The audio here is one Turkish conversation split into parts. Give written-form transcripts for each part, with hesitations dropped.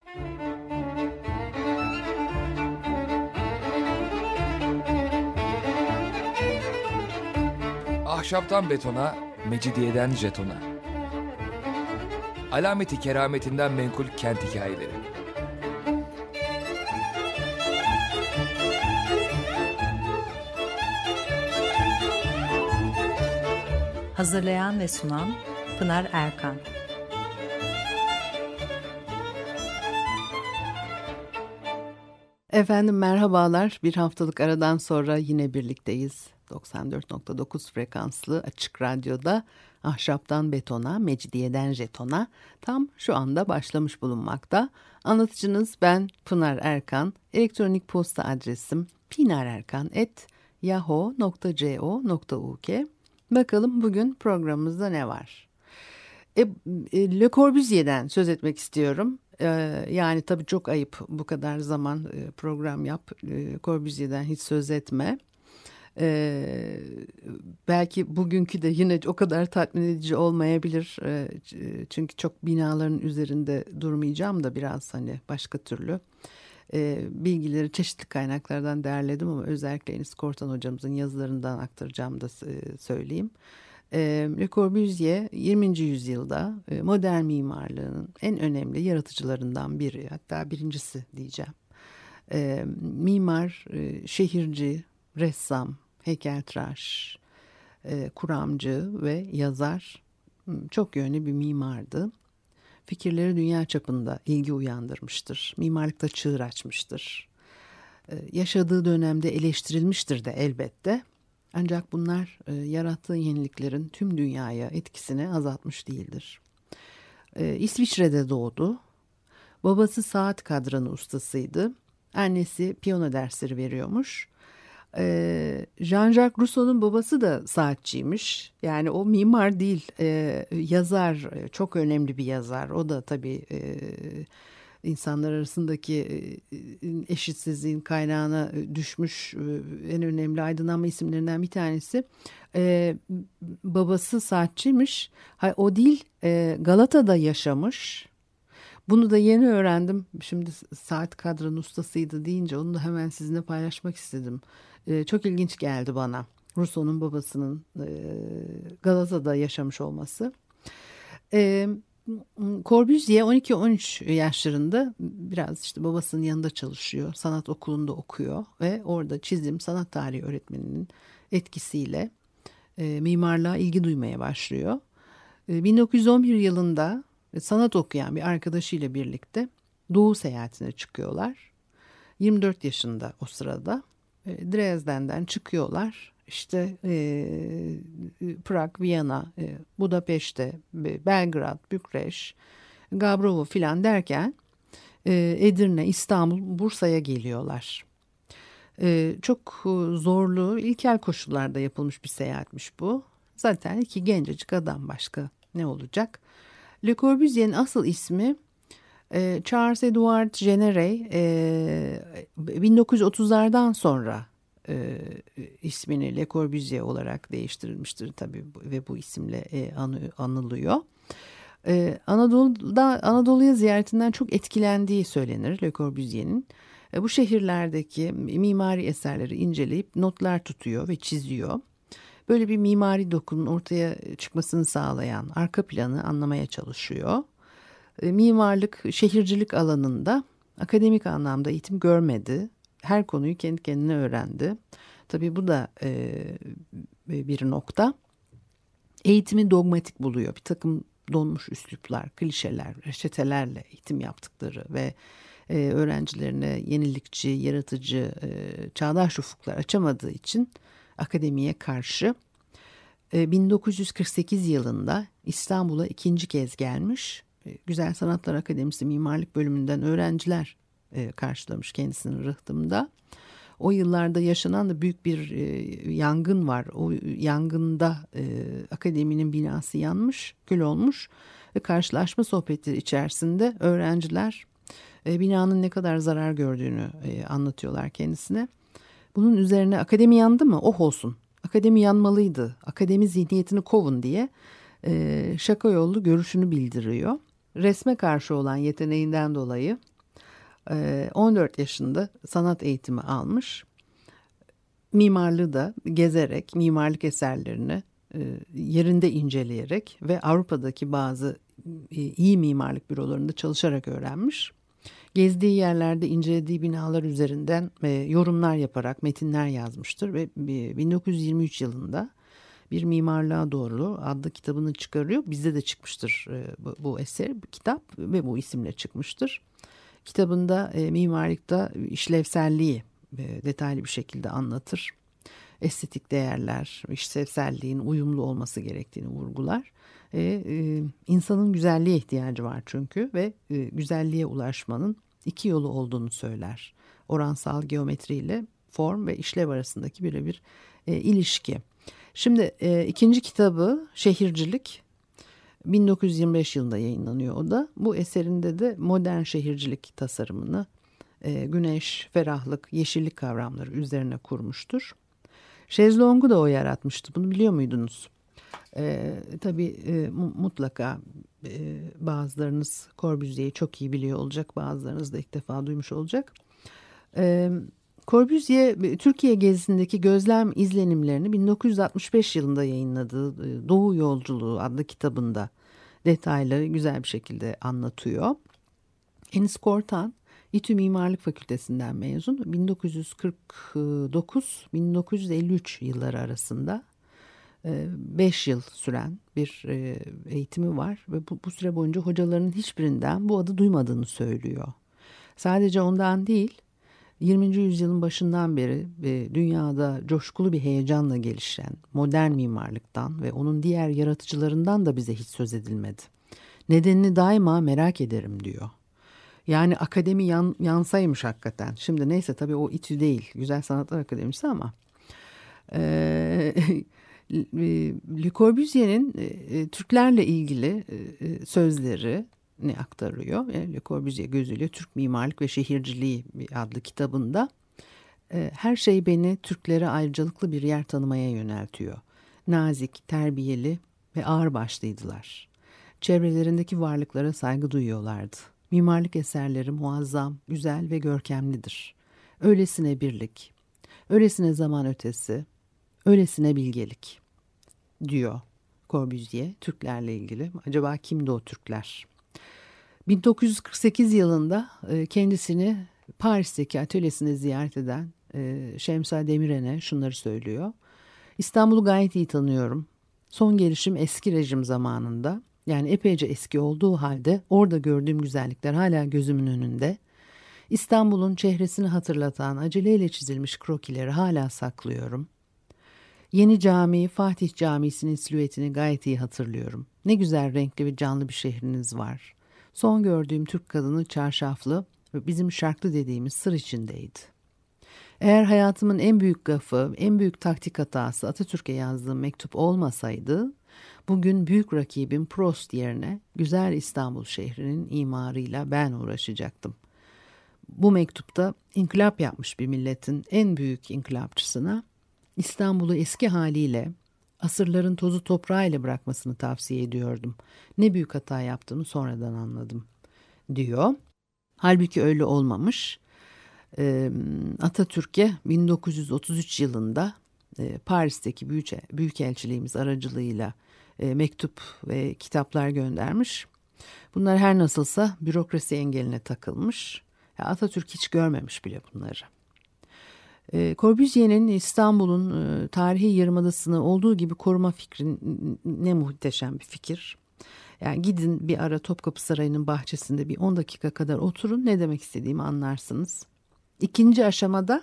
Ahşaptan betona, mecidiyeden jetona. Alameti kerametinden menkul kent hikayeleri. Hazırlayan ve sunan Pınar Erkan. Efendim merhabalar. Bir haftalık aradan sonra yine birlikteyiz. 94.9 frekanslı açık radyoda ahşaptan betona, mecidiyeden jetona tam şu anda başlamış bulunmakta. Anlatıcınız ben Pınar Erkan. Elektronik posta adresim pinarerkan@yahoo.co.uk. Bakalım bugün programımızda ne var? Le Corbusier'den söz etmek istiyorum. Yani tabii çok ayıp bu kadar zaman program yap. Corbusier'den hiç söz etme. Belki bugünkü de yine o kadar tatmin edici olmayabilir. Çünkü çok binaların üzerinde durmayacağım da biraz hani başka türlü. Bilgileri çeşitli kaynaklardan derledim ama özellikle Enis Kortan hocamızın yazılarından aktaracağım da söyleyeyim. Le Corbusier 20. yüzyılda modern mimarlığının en önemli yaratıcılarından biri, hatta birincisi diyeceğim. Mimar, şehirci, ressam, heykeltıraş, kuramcı ve yazar, çok yönlü bir mimardı. Fikirleri dünya çapında ilgi uyandırmıştır. Mimarlıkta çığır açmıştır. Yaşadığı dönemde eleştirilmiştir de elbette. Ancak bunlar yarattığı yeniliklerin tüm dünyaya etkisini azaltmış değildir. İsviçre'de doğdu. Babası saat kadranı ustasıydı. Annesi piyano dersleri veriyormuş. Jean-Jacques Rousseau'nun babası da saatçiymiş. Yani o mimar değil, yazar, çok önemli bir yazar. O da tabii insanlar arasındaki eşitsizliğin kaynağına düşmüş en önemli aydınlanma isimlerinden bir tanesi. Babası saatçiymiş. O değil, Galata'da yaşamış. Bunu da yeni öğrendim. Şimdi saat kadranın ustasıydı deyince onu da hemen sizinle paylaşmak istedim. Çok ilginç geldi bana. Rousseau'nun babasının Galata'da yaşamış olması. Corbusier 12-13 yaşlarında biraz işte babasının yanında çalışıyor. Sanat okulunda okuyor ve orada çizim, sanat tarihi öğretmeninin etkisiyle mimarlığa ilgi duymaya başlıyor. 1911 yılında sanat okuyan bir arkadaşıyla birlikte Doğu seyahatine çıkıyorlar. 24 yaşında o sırada. Dresden'den çıkıyorlar. İşte Prag, Viyana, Budapeşte, Belgrad, Bükreş, Gabrovo filan derken Edirne, İstanbul, Bursa'ya geliyorlar. Çok zorlu, ilkel koşullarda yapılmış bir seyahatmiş bu. Zaten iki gencecik adam, başka ne olacak? Le Corbusier'in asıl ismi Charles Edward Jenner 1930'lardan sonra ismini Le Corbusier olarak değiştirilmiştir tabii ve bu isimle anılıyor. Anadolu'ya ziyaretinden çok etkilendiği söylenir Le Corbusier'in. Bu şehirlerdeki mimari eserleri inceleyip notlar tutuyor ve çiziyor. Böyle bir mimari dokunun ortaya çıkmasını sağlayan arka planı anlamaya çalışıyor. Mimarlık, şehircilik alanında akademik anlamda eğitim görmedi. Her konuyu kendi kendine öğrendi. Tabii bu da bir nokta. Eğitimi dogmatik buluyor. Bir takım donmuş üsluplar, klişeler, reçetelerle eğitim yaptıkları ve öğrencilerine yenilikçi, yaratıcı, çağdaş ufuklar açamadığı için akademiye karşı 1948 yılında İstanbul'a ikinci kez gelmiş. Güzel Sanatlar Akademisi Mimarlık Bölümünden öğrenciler karşılamış kendisini rıhtımda. O yıllarda yaşanan da büyük bir yangın var. O yangında akademinin binası yanmış, kül olmuş ve karşılaşma sohbetleri içerisinde öğrenciler binanın ne kadar zarar gördüğünü anlatıyorlar kendisine. Bunun üzerine akademi yandı mı? Oh olsun. Akademi yanmalıydı. Akademi zihniyetini kovun diye şaka yollu görüşünü bildiriyor. Resme karşı olan yeteneğinden dolayı 14 yaşında sanat eğitimi almış. Mimarlığı da gezerek, mimarlık eserlerini yerinde inceleyerek ve Avrupa'daki bazı iyi mimarlık bürolarında çalışarak öğrenmiş. Gezdiği yerlerde incelediği binalar üzerinden yorumlar yaparak metinler yazmıştır ve 1923 yılında Bir Mimarlığa Doğru adlı kitabını çıkarıyor. Bizde de çıkmıştır bu eser, kitap ve bu isimle çıkmıştır. Kitabında mimarlıkta işlevselliği detaylı bir şekilde anlatır. Estetik değerler, işlevselliğin uyumlu olması gerektiğini vurgular. İnsanın güzelliğe ihtiyacı var çünkü ve güzelliğe ulaşmanın iki yolu olduğunu söyler. Oransal geometriyle form ve işlev arasındaki birebir ilişki. Şimdi ikinci kitabı Şehircilik 1925 yılında yayınlanıyor o da. Bu eserinde de modern şehircilik tasarımını güneş, ferahlık, yeşillik kavramları üzerine kurmuştur. Şezlong'u da o yaratmıştı. Bunu biliyor muydunuz? Tabii mutlaka bazılarınız Corbusier'i çok iyi biliyor olacak. Bazılarınız da ilk defa duymuş olacak. Corbusier Türkiye gezisindeki gözlem izlenimlerini 1965 yılında yayınladığı Doğu Yolculuğu adlı kitabında detaylı güzel bir şekilde anlatıyor. Enis Kortan İTÜ Mimarlık Fakültesinden mezun. 1949-1953 yılları arasında 5 yıl süren bir eğitimi var ve bu süre boyunca hocalarının hiçbirinden bu adı duymadığını söylüyor. Sadece ondan değil, 20. yüzyılın başından beri dünyada coşkulu bir heyecanla gelişen modern mimarlıktan ve onun diğer yaratıcılarından da bize hiç söz edilmedi. Nedenini daima merak ederim diyor. Yani akademi yansaymış hakikaten. Şimdi neyse tabii o İTÜ değil, Güzel Sanatlar Akademisi ama Le Corbusier'in Türklerle ilgili sözleri ne aktarıyor? Le Corbusier gözüyle Türk Mimarlık ve Şehirciliği adlı kitabında her şey beni Türklere ayrıcalıklı bir yer tanımaya yöneltiyor. Nazik, terbiyeli ve ağırbaşlıydılar. Çevrelerindeki varlıklara saygı duyuyorlardı. Mimarlık eserleri muazzam, güzel ve görkemlidir. Öylesine birlik, öylesine zaman ötesi, öylesine bilgelik diyor Corbusier Türklerle ilgili. Acaba kimdi o Türkler? 1948 yılında kendisini Paris'teki atölyesini ziyaret eden Şemsa Demiren'e şunları söylüyor. İstanbul'u gayet iyi tanıyorum. Son gelişim eski rejim zamanında, yani epeyce eski olduğu halde orada gördüğüm güzellikler hala gözümün önünde. İstanbul'un çehresini hatırlatan aceleyle çizilmiş krokileri hala saklıyorum. Yeni Cami, Fatih Camisi'nin silüetini gayet iyi hatırlıyorum. Ne güzel renkli ve canlı bir şehriniz var. Son gördüğüm Türk kadını çarşaflı ve bizim şarklı dediğimiz sır içindeydi. Eğer hayatımın en büyük gafı, en büyük taktik hatası Atatürk'e yazdığım mektup olmasaydı, bugün büyük rakibim Prost yerine güzel İstanbul şehrinin imarıyla ben uğraşacaktım. Bu mektupta inkılap yapmış bir milletin en büyük inkılapçısına İstanbul'u eski haliyle, asırların tozu toprağıyla bırakmasını tavsiye ediyordum. Ne büyük hata yaptığımı sonradan anladım, diyor. Halbuki öyle olmamış. Atatürk'e 1933 yılında Paris'teki büyükelçiliğimiz aracılığıyla mektup ve kitaplar göndermiş. Bunlar her nasılsa bürokrasi engeline takılmış. Atatürk hiç görmemiş bile bunları. Corbusier'in İstanbul'un tarihi yarımadasını olduğu gibi koruma fikri ne muhteşem bir fikir. Yani gidin bir ara Topkapı Sarayı'nın bahçesinde bir 10 dakika kadar oturun, ne demek istediğimi anlarsınız. İkinci aşamada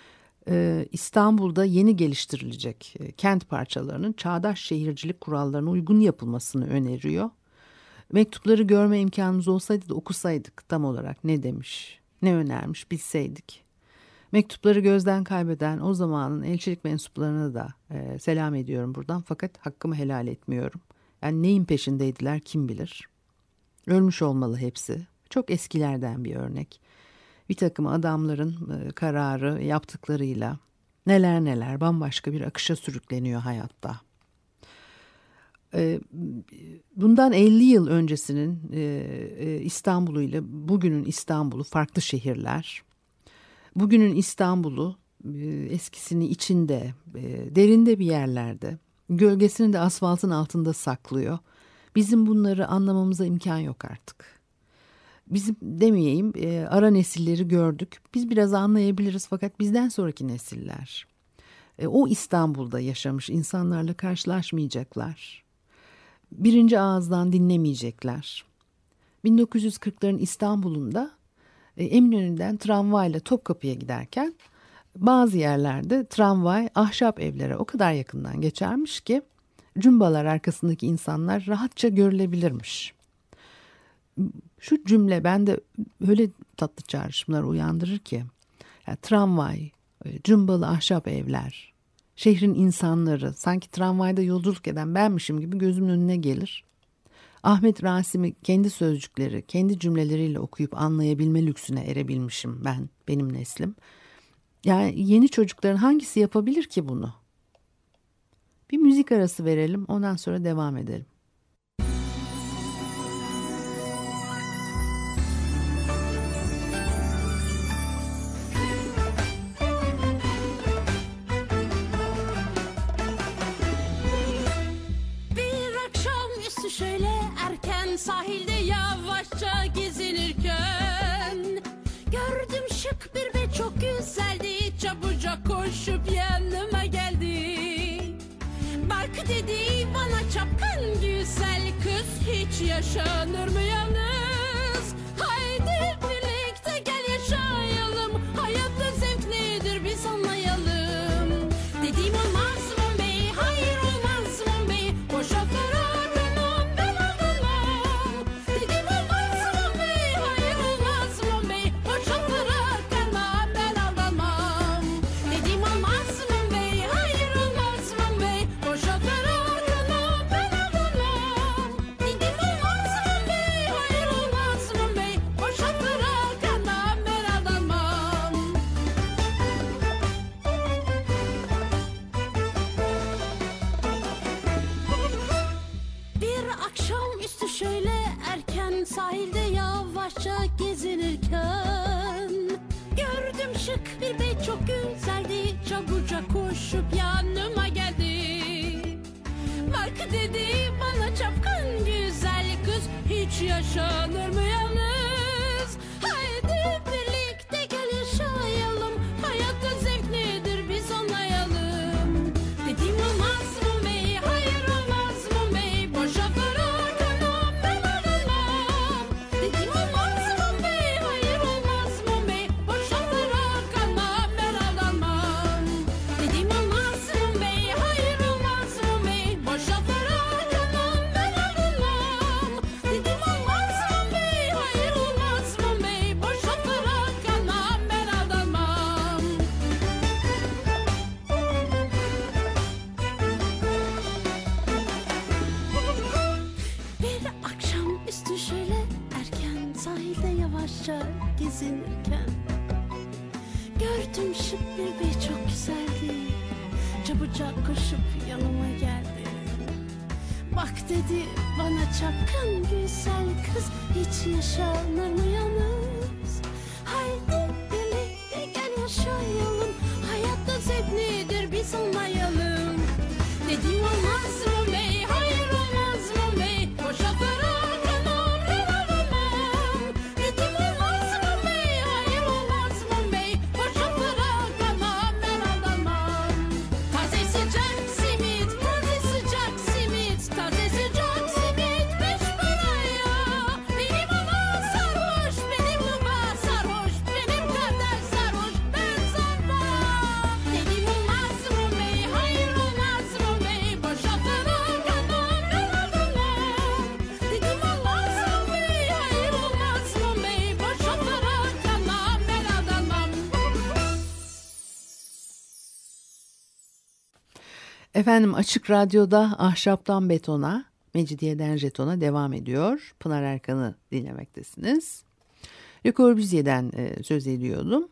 İstanbul'da yeni geliştirilecek kent parçalarının çağdaş şehircilik kurallarına uygun yapılmasını öneriyor. Mektupları görme imkanımız olsaydı da okusaydık tam olarak ne demiş, ne önermiş bilseydik. Mektupları gözden kaybeden o zamanın elçilik mensuplarına da selam ediyorum buradan, fakat hakkımı helal etmiyorum. Yani neyin peşindeydiler kim bilir. Ölmüş olmalı hepsi. Çok eskilerden bir örnek. Bir takım adamların kararı yaptıklarıyla neler neler bambaşka bir akışa sürükleniyor hayatta. Bundan 50 yıl öncesinin İstanbul'u ile bugünün İstanbul'u farklı şehirler. Bugünün İstanbul'u eskisini içinde, derinde bir yerlerde, gölgesini de asfaltın altında saklıyor. Bizim bunları anlamamıza imkan yok artık. Bizim demeyeyim, ara nesilleri gördük. Biz biraz anlayabiliriz fakat bizden sonraki nesiller o İstanbul'da yaşamış insanlarla karşılaşmayacaklar. Birinci ağızdan dinlemeyecekler. 1940'ların İstanbul'unda Eminönü'nden tramvayla Topkapı'ya giderken bazı yerlerde tramvay ahşap evlere o kadar yakından geçermiş ki cumbalar arkasındaki insanlar rahatça görülebilirmiş. Şu cümle bende öyle tatlı çağrışımlar uyandırır ki yani tramvay, cumbalı ahşap evler, şehrin insanları sanki tramvayda yolculuk eden benmişim gibi gözümün önüne gelir. Ahmet Rasim'i kendi sözcükleri, kendi cümleleriyle okuyup anlayabilme lüksüne erebilmişim benim neslim. Yani yeni çocukların hangisi yapabilir ki bunu? Bir müzik arası verelim, ondan sonra devam edelim. Şöyle erken sahilde yavaşça gezinirken gördüm şık bir ve çok güzeldi, çabucak koşup yanıma geldi. Bak dedi bana çapkın güzel kız, hiç yaşanır mı yalnız? Haydi birlikte gel yaşayalım, hayatta zevklidir biz anlayalım. Dediğim olmaz mı bey, hayır olmaz mı bey, boş atlara sahilde yavaşça gezinirken gördüm şık bir bey çok güzeldi, çabucak koşup yanıma geldi. Bak dedi bana çapkın güzel kız, hiç yaşanır mı yalnız? Haydi birlikte gel yaşayalım, hayatta zevklidir biz anlayalım. Dediğim olmaz mı bey, hayır olmaz mı bey, boş atlara gezinirken gördüm şık bir bey çok güzeldi, çabucak koşup yanıma geldi. Bak dedi bana çapkın güzel kız, hiç yaşanır mı yalnız? Haydi birlikte gel yaşayalım, hayatta zevklidir biz anlayalım. Dediğim olmaz mı bey, hayır olmaz mı bey, boş atlara Efendim Açık Radyo'da Ahşaptan Betona, Mecidiyeden Jeton'a devam ediyor. Pınar Erkan'ı dinlemektesiniz. Le Corbusier'den söz ediyordum.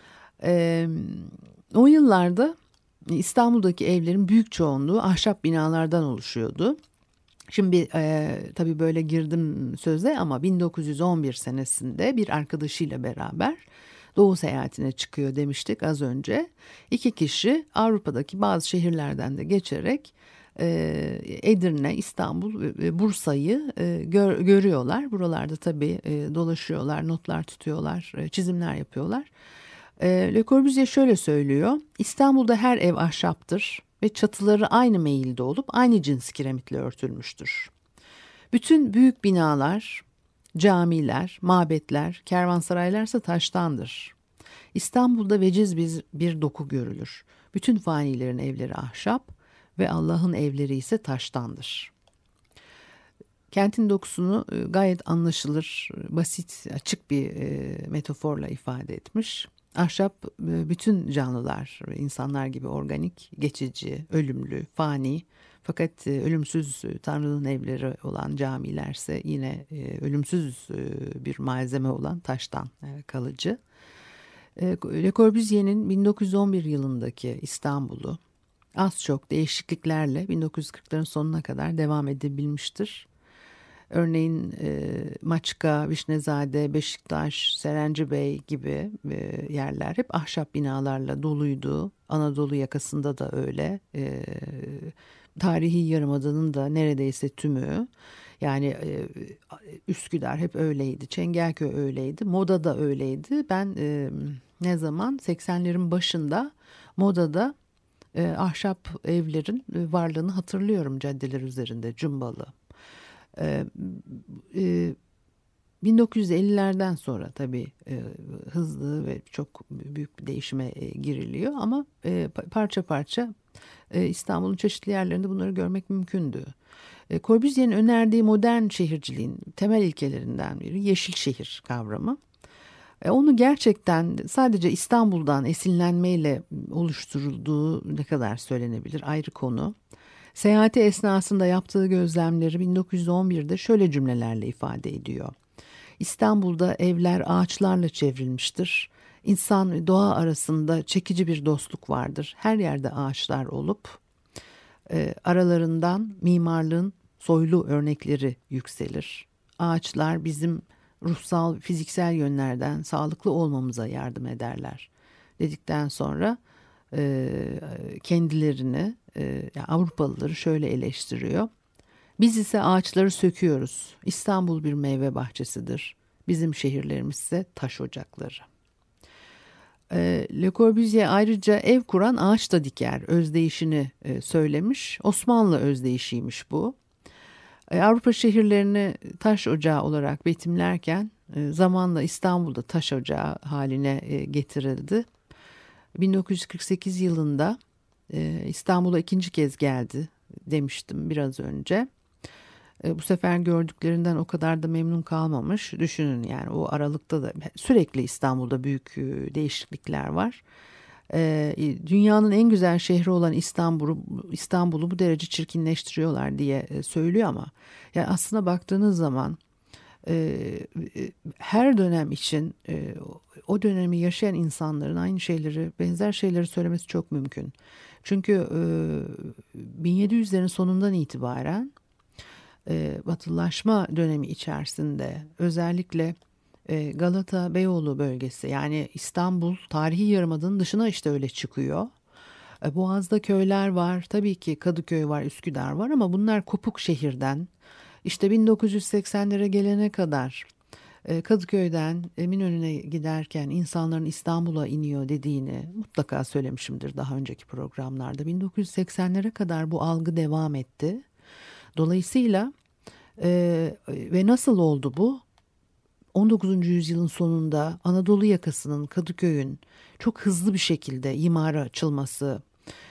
O yıllarda İstanbul'daki evlerin büyük çoğunluğu ahşap binalardan oluşuyordu. Şimdi tabii böyle girdim söze ama 1911 senesinde bir arkadaşıyla beraber Doğu seyahatine çıkıyor demiştik az önce. 2 kişi Avrupa'daki bazı şehirlerden de geçerek Edirne, İstanbul ve Bursa'yı görüyorlar. Buralarda tabii dolaşıyorlar, notlar tutuyorlar, çizimler yapıyorlar. Le Corbusier şöyle söylüyor: İstanbul'da her ev ahşaptır ve çatıları aynı meyilde olup aynı cins kiremitle örtülmüştür. Bütün büyük binalar, camiler, mabetler, kervansaraylarsa taştandır. İstanbul'da veciz bir doku görülür. Bütün fanilerin evleri ahşap ve Allah'ın evleri ise taştandır. Kentin dokusunu gayet anlaşılır, basit, açık bir metaforla ifade etmiş. Ahşap bütün canlılar, insanlar gibi organik, geçici, ölümlü, fani. Fakat ölümsüz Tanrı'nın evleri olan camilerse yine ölümsüz bir malzeme olan taştan kalıcı. Le Corbusier'in 1911 yılındaki İstanbul'u az çok değişikliklerle 1940'ların sonuna kadar devam edebilmiştir. Örneğin Maçka, Vişnezade, Beşiktaş, Serencibey gibi yerler hep ahşap binalarla doluydu. Anadolu yakasında da öyle. Tarihi Yarımada'nın da neredeyse tümü. Yani Üsküdar hep öyleydi. Çengelköy öyleydi. Moda da öyleydi. Ben ne zaman 80'lerin başında Moda'da ahşap evlerin varlığını hatırlıyorum caddeler üzerinde, cumbalı. 1950'lerden sonra tabii hızlı ve çok büyük bir değişime giriliyor ama parça parça İstanbul'un çeşitli yerlerinde bunları görmek mümkündü. Corbusier'in önerdiği modern şehirciliğin temel ilkelerinden biri yeşil şehir kavramı. Onu gerçekten sadece İstanbul'dan esinlenmeyle oluşturulduğu ne kadar söylenebilir ayrı konu. Seyahati esnasında yaptığı gözlemleri 1911'de şöyle cümlelerle ifade ediyor: İstanbul'da evler ağaçlarla çevrilmiştir. İnsan ve doğa arasında çekici bir dostluk vardır. Her yerde ağaçlar olup aralarından mimarlığın soylu örnekleri yükselir. Ağaçlar bizim ruhsal, fiziksel yönlerden sağlıklı olmamıza yardım ederler dedikten sonra kendilerini yani Avrupalıları şöyle eleştiriyor: biz ise ağaçları söküyoruz. İstanbul bir meyve bahçesidir. Bizim şehirlerimiz ise taş ocakları. Le Corbusier ayrıca ev kuran ağaç da diker özdeyişini söylemiş. Osmanlı özdeyişiymiş bu. Avrupa şehirlerini taş ocağı olarak betimlerken zamanla İstanbul'da taş ocağı haline getirildi. 1948 yılında İstanbul'a 2. kez geldi demiştim biraz önce. Bu sefer gördüklerinden o kadar da memnun kalmamış. Düşünün yani o aralıkta da sürekli İstanbul'da büyük değişiklikler var. Dünyanın en güzel şehri olan İstanbul'u bu derece çirkinleştiriyorlar diye söylüyor ama yani aslına baktığınız zaman her dönem için o dönemi yaşayan insanların aynı şeyleri, benzer şeyleri söylemesi çok mümkün. Çünkü 1700'lerin sonundan itibaren Batılılaşma dönemi içerisinde özellikle Galata, Beyoğlu bölgesi yani İstanbul tarihi yarımadanın dışına işte öyle çıkıyor. Boğaz'da köyler var, tabii ki Kadıköy var, Üsküdar var ama bunlar kopuk şehirden. İşte 1980'lere gelene kadar Kadıköy'den Eminönü'ne giderken insanların İstanbul'a iniyor dediğini mutlaka söylemişimdir daha önceki programlarda. 1980'lere kadar bu algı devam etti. Dolayısıyla ve nasıl oldu bu? 19. yüzyılın sonunda Anadolu yakasının, Kadıköy'ün çok hızlı bir şekilde imara açılması,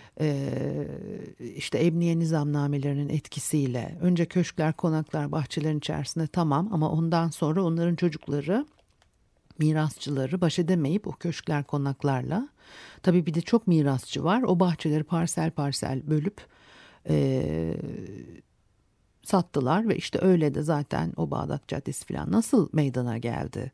işte emniye nizamnamelerinin etkisiyle önce köşkler, konaklar, bahçelerin içerisinde tamam ama ondan sonra onların çocukları, mirasçıları baş edemeyip o köşkler, konaklarla, tabii bir de çok mirasçı var, o bahçeleri parsel parsel bölüp sattılar ve işte öyle de zaten o Bağdat Caddesi falan nasıl meydana geldi?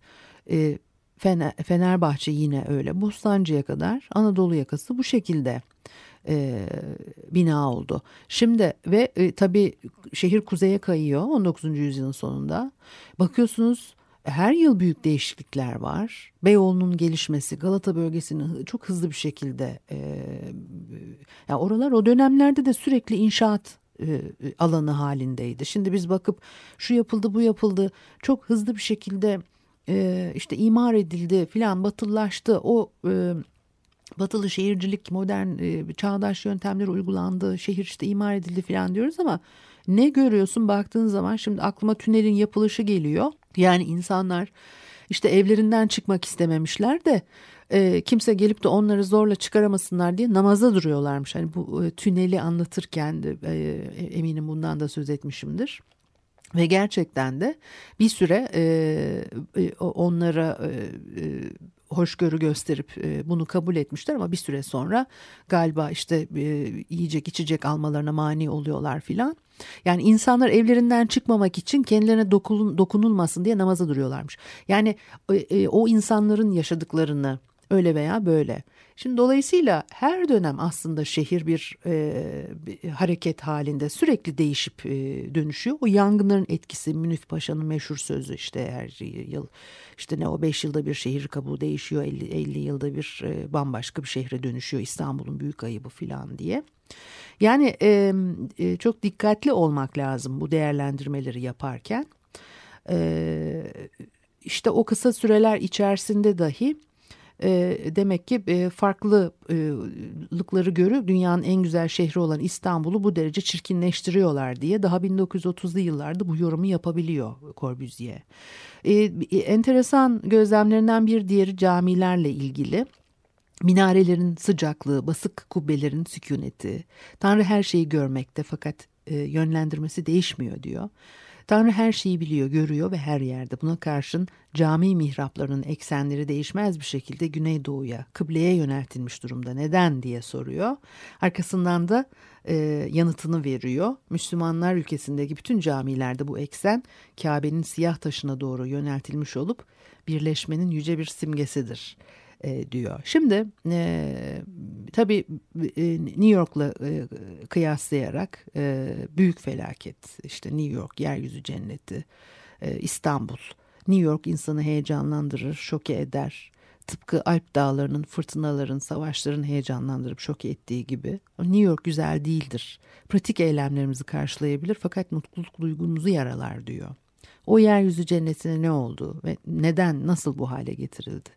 Fenerbahçe yine öyle. Bostancı'ya kadar Anadolu yakası bu şekilde bina oldu. Şimdi ve tabii şehir kuzeye kayıyor 19. yüzyılın sonunda. Bakıyorsunuz her yıl büyük değişiklikler var. Beyoğlu'nun gelişmesi, Galata bölgesinin çok hızlı bir şekilde yani oralar o dönemlerde de sürekli inşaat alanı halindeydi. Şimdi biz bakıp şu yapıldı bu yapıldı çok hızlı bir şekilde işte imar edildi filan batılılaştı. O batılı şehircilik modern çağdaş yöntemler uygulandı. Şehir işte imar edildi filan diyoruz ama ne görüyorsun baktığın zaman şimdi aklıma tünelin yapılışı geliyor. Yani insanlar işte evlerinden çıkmak istememişler de kimse gelip de onları zorla çıkaramasınlar diye namaza duruyorlarmış. Hani bu tüneli anlatırken de eminim bundan da söz etmişimdir. Ve gerçekten de bir süre onlara hoşgörü gösterip bunu kabul etmişler ama bir süre sonra galiba işte yiyecek içecek almalarına mani oluyorlar filan. Yani insanlar evlerinden çıkmamak için kendilerine dokunulmasın diye namaza duruyorlarmış. Yani o insanların yaşadıklarını öyle veya böyle. Şimdi dolayısıyla her dönem aslında şehir bir hareket halinde sürekli değişip dönüşüyor. O yangınların etkisi Münif Paşa'nın meşhur sözü işte her yıl işte ne o 5 yılda bir şehir kabuğu değişiyor 50 yılda bir bambaşka bir şehre dönüşüyor İstanbul'un büyük ayıbı filan diye. Yani çok dikkatli olmak lazım bu değerlendirmeleri yaparken. İşte o kısa süreler içerisinde dahi demek ki farklılıkları görüp dünyanın en güzel şehri olan İstanbul'u bu derece çirkinleştiriyorlar diye daha 1930'lu yıllarda bu yorumu yapabiliyor Corbusier. Enteresan gözlemlerinden bir diğeri camilerle ilgili. Minarelerin sıcaklığı, basık kubbelerin sükuneti, Tanrı her şeyi görmekte fakat yönlendirmesi değişmiyor diyor. Tanrı her şeyi biliyor, görüyor ve her yerde. Buna karşın cami mihraplarının eksenleri değişmez bir şekilde güneydoğuya, kıbleye yöneltilmiş durumda. Neden diye soruyor. Arkasından da yanıtını veriyor. Müslümanlar ülkesindeki bütün camilerde bu eksen Kabe'nin siyah taşına doğru yöneltilmiş olup birleşmenin yüce bir simgesidir diyor. Şimdi tabii New York'la kıyaslayarak büyük felaket işte New York yeryüzü cenneti, İstanbul, New York insanı heyecanlandırır, şoke eder. Tıpkı Alp dağlarının, fırtınaların, savaşların heyecanlandırıp şoke ettiği gibi New York güzel değildir. Pratik eylemlerimizi karşılayabilir fakat mutluluk duygumuzu yaralar diyor. O yeryüzü cennetine ne oldu ve neden, nasıl bu hale getirildi?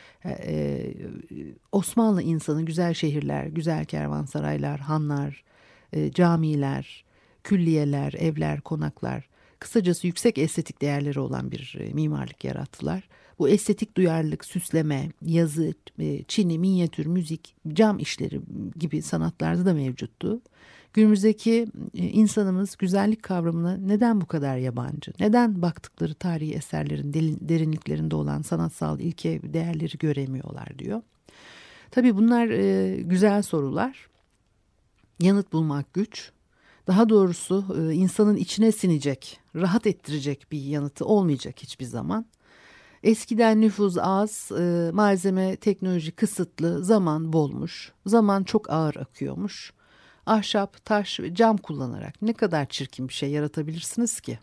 Osmanlı insanı güzel şehirler, güzel kervansaraylar, hanlar, camiler, külliyeler, evler, konaklar, kısacası yüksek estetik değerleri olan bir mimarlık yarattılar. Bu estetik duyarlılık, süsleme, yazı, çini, minyatür, müzik, cam işleri gibi sanatlarda da mevcuttu. Günümüzdeki insanımız güzellik kavramına neden bu kadar yabancı? Neden baktıkları tarihi eserlerin derinliklerinde olan sanatsal ilke değerleri göremiyorlar diyor. Tabii bunlar güzel sorular. Yanıt bulmak güç. Daha doğrusu insanın içine sinecek, rahat ettirecek bir yanıtı olmayacak hiçbir zaman. Eskiden nüfuz az, malzeme, teknoloji kısıtlı, zaman bolmuş, zaman çok ağır akıyormuş. Ahşap, taş ve cam kullanarak ne kadar çirkin bir şey yaratabilirsiniz ki?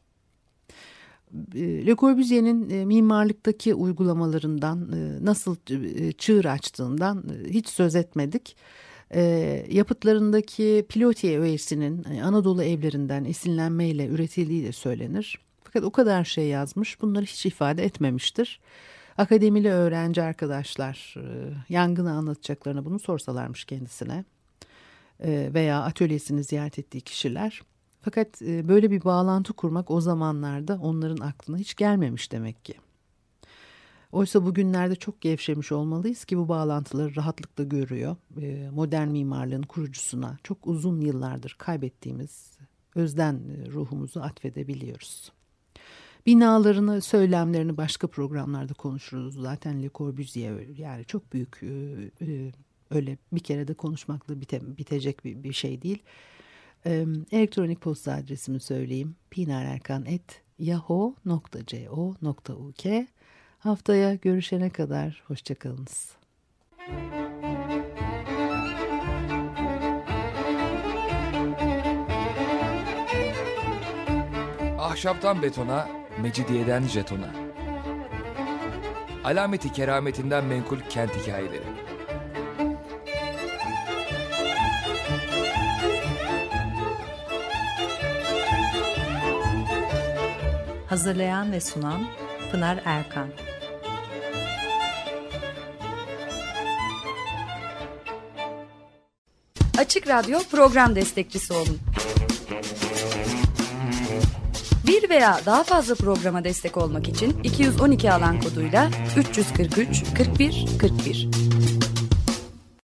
Le Corbusier'in mimarlıktaki uygulamalarından nasıl çığır açtığından hiç söz etmedik. Yapıtlarındaki Pilotier öğesinin Anadolu evlerinden esinlenmeyle üretildiği de söylenir. Fakat o kadar şey yazmış, bunları hiç ifade etmemiştir. Akademili öğrenci arkadaşlar yangını anlatacaklarına bunu sorsalarmış kendisine veya atölyesini ziyaret ettiği kişiler. Fakat böyle bir bağlantı kurmak o zamanlarda onların aklına hiç gelmemiş demek ki. Oysa bugünlerde çok gevşemiş olmalıyız ki bu bağlantıları rahatlıkla görüyor. Modern mimarlığın kurucusuna çok uzun yıllardır kaybettiğimiz özden ruhumuzu atfedebiliyoruz. Binalarını, söylemlerini başka programlarda konuşuruz. Zaten Le Corbusier yani çok büyük, öyle bir kere de konuşmakla bitecek bir şey değil. Elektronik posta adresimi söyleyeyim. pinarerkan@yahoo.co.uk. Haftaya görüşene kadar hoşça kalınız. Ahşaptan betona, mecidiyeden jetona. Alameti kerametinden menkul kent hikayeleri. Hazırlayan ve sunan Pınar Erkan. Açık Radyo program destekçisi olun. Bir veya daha fazla programa destek olmak için 212 alan koduyla 343 41 41.